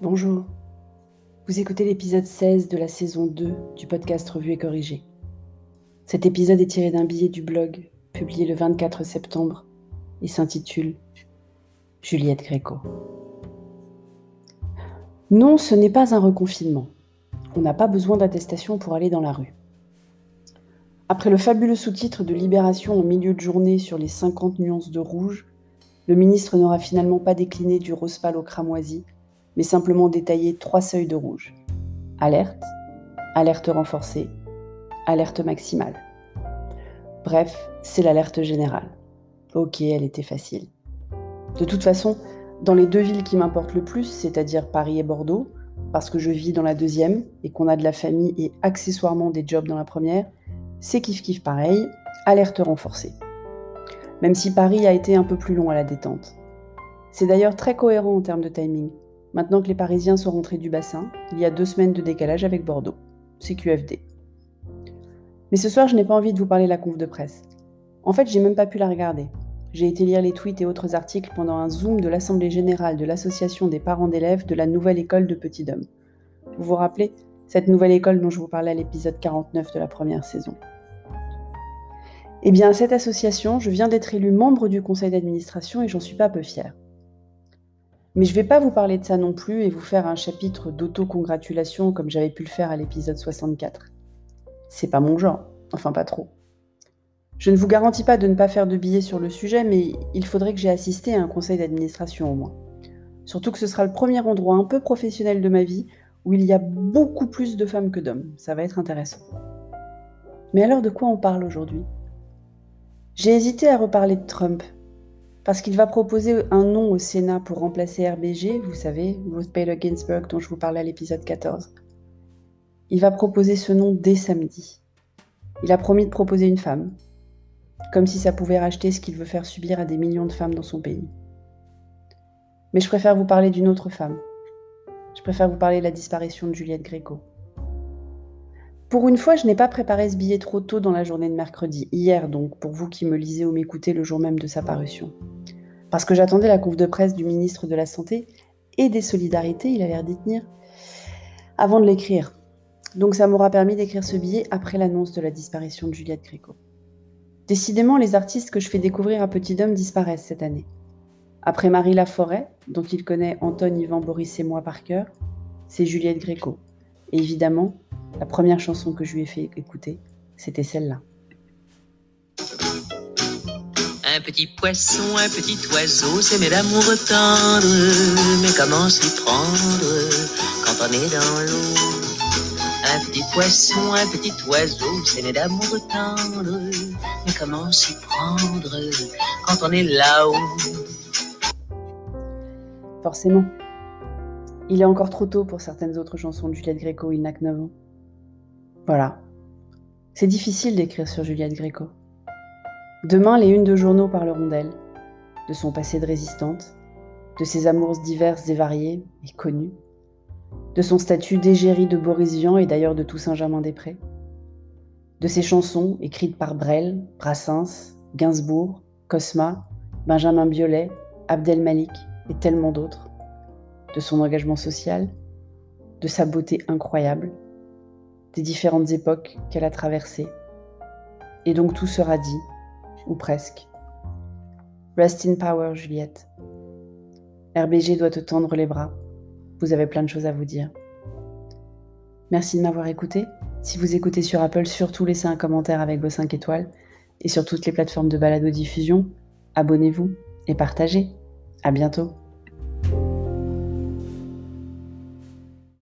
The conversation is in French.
Bonjour, vous écoutez l'épisode 16 de la saison 2 du podcast Revue et Corrigé. Cet épisode est tiré d'un billet du blog, publié le 24 septembre, et s'intitule « Juliette Gréco ». Non, ce n'est pas un reconfinement. On n'a pas besoin d'attestation pour aller dans la rue. Après le fabuleux sous-titre de Libération au milieu de journée sur les 50 nuances de rouge, le ministre n'aura finalement pas décliné du rose pâle au cramoisi, mais simplement détaillé 3 seuils de rouge. Alerte, alerte renforcée, alerte maximale. Bref, c'est l'alerte générale. Ok, elle était facile. De toute façon, dans les 2 villes qui m'importent le plus, c'est-à-dire Paris et Bordeaux, parce que je vis dans la deuxième et qu'on a de la famille et accessoirement des jobs dans la première, c'est kiff-kiff pareil, alerte renforcée. Même si Paris a été un peu plus long à la détente. C'est d'ailleurs très cohérent en termes de timing. Maintenant que les Parisiens sont rentrés du bassin, il y a 2 semaines de décalage avec Bordeaux. C'est QFD. Mais ce soir, je n'ai pas envie de vous parler de la conf de presse. En fait, j'ai même pas pu la regarder. J'ai été lire les tweets et autres articles pendant un Zoom de l'Assemblée Générale de l'Association des parents d'élèves de la nouvelle école de Petit-Dôme. Vous vous rappelez, cette nouvelle école dont je vous parlais à l'épisode 49 de la première saison. Eh bien, à cette association, je viens d'être élue membre du conseil d'administration et j'en suis pas peu fière. Mais je ne vais pas vous parler de ça non plus et vous faire un chapitre d'auto-congratulation comme j'avais pu le faire à l'épisode 64. C'est pas mon genre, enfin pas trop. Je ne vous garantis pas de ne pas faire de billets sur le sujet, mais il faudrait que j'aie assisté à un conseil d'administration au moins. Surtout que ce sera le premier endroit un peu professionnel de ma vie où il y a beaucoup plus de femmes que d'hommes. Ça va être intéressant. Mais alors de quoi on parle aujourd'hui ? J'ai hésité à reparler de Trump. Parce qu'il va proposer un nom au Sénat pour remplacer RBG, vous savez, Ruth Bader Ginsburg dont je vous parlais à l'épisode 14. Il va proposer ce nom dès samedi. Il a promis de proposer une femme, comme si ça pouvait racheter ce qu'il veut faire subir à des millions de femmes dans son pays. Mais je préfère vous parler d'une autre femme. Je préfère vous parler de la disparition de Juliette Gréco. Pour une fois, je n'ai pas préparé ce billet trop tôt dans la journée de mercredi, hier donc, pour vous qui me lisez ou m'écoutez le jour même de sa parution. Parce que j'attendais la conf de presse du ministre de la Santé et des Solidarités, il a l'air d'y tenir, avant de l'écrire. Donc ça m'aura permis d'écrire ce billet après l'annonce de la disparition de Juliette Gréco. Décidément, les artistes que je fais découvrir à Petit-Dôme disparaissent cette année. Après Marie Laforêt, dont il connaît Antoine, Yvan, Boris et moi par cœur, c'est Juliette Gréco. Et évidemment, la première chanson que je lui ai fait écouter, c'était celle-là. Un petit poisson, un petit oiseau, s'aimer d'amour tendre, mais comment s'y prendre quand on est dans l'eau? Un petit poisson, un petit oiseau, s'aimer d'amour tendre, mais comment s'y prendre quand on est là-haut? Forcément. Il est encore trop tôt pour certaines autres chansons de Juliette Gréco, il n'a que 9 ans. Voilà. C'est difficile d'écrire sur Juliette Gréco. Demain, les unes de journaux parleront d'elle, de son passé de résistante, de ses amours diverses et variées et connues, de son statut d'égérie de Boris Vian et d'ailleurs de Toussaint Germain-des-Prés, de ses chansons écrites par Brel, Brassens, Gainsbourg, Cosma, Benjamin Biolay, Abdel Malik et tellement d'autres, de son engagement social, de sa beauté incroyable, des différentes époques qu'elle a traversées. Et donc tout sera dit, ou presque. Rest in power, Juliette. RBG doit te tendre les bras. Vous avez plein de choses à vous dire. Merci de m'avoir écouté. Si vous écoutez sur Apple, surtout laissez un commentaire avec vos 5 étoiles. Et sur toutes les plateformes de balado-diffusion, abonnez-vous et partagez. À bientôt.